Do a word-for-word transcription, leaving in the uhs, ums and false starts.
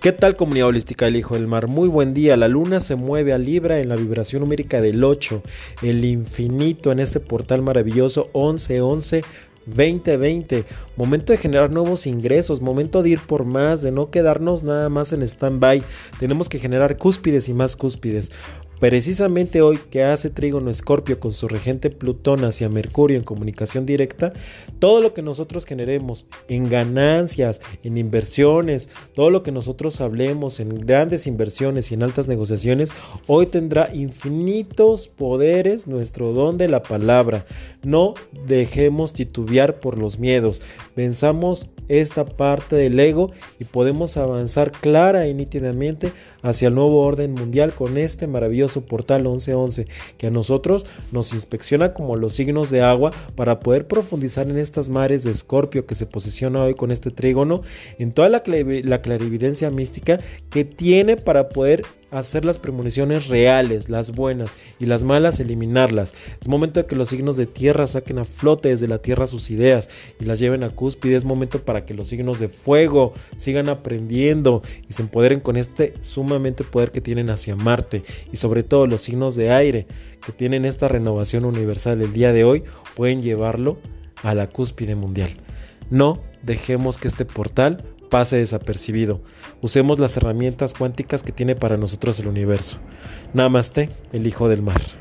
¿Qué tal, comunidad holística del Hijo del Mar? Muy buen día. La luna se mueve a Libra en la vibración numérica del ocho, el infinito en este portal maravilloso once once veinte veinte. Momento de generar nuevos ingresos, momento de ir por más, de no quedarnos nada más en stand-by. Tenemos que generar cúspides y más cúspides. Precisamente hoy que hace trígono Escorpio con su regente Plutón hacia Mercurio en comunicación directa, todo lo que nosotros generemos en ganancias, en inversiones, todo lo que nosotros hablemos en grandes inversiones y en altas negociaciones, hoy tendrá infinitos poderes nuestro don de la palabra. No dejemos titubear por los miedos, venzamos esta parte del ego y podemos avanzar clara y nítidamente hacia el nuevo orden mundial con este maravilloso portal once once que a nosotros nos inspecciona como los signos de agua para poder profundizar en estas mares de Escorpio que se posiciona hoy con este trígono, en toda la, clav- la clarividencia mística que tiene para poder hacer las premoniciones reales, las buenas y las malas, eliminarlas. Es momento de que los signos de tierra saquen a flote desde la tierra sus ideas y las lleven a cúspide. Es momento para que los signos de fuego sigan aprendiendo y se empoderen con este sumamente poder que tienen hacia Marte, y sobre todo los signos de aire que tienen esta renovación universal el día de hoy pueden llevarlo a la cúspide mundial. No dejemos que este portal pase desapercibido. Usemos las herramientas cuánticas que tiene para nosotros el universo. Namaste, el Hijo del Mar.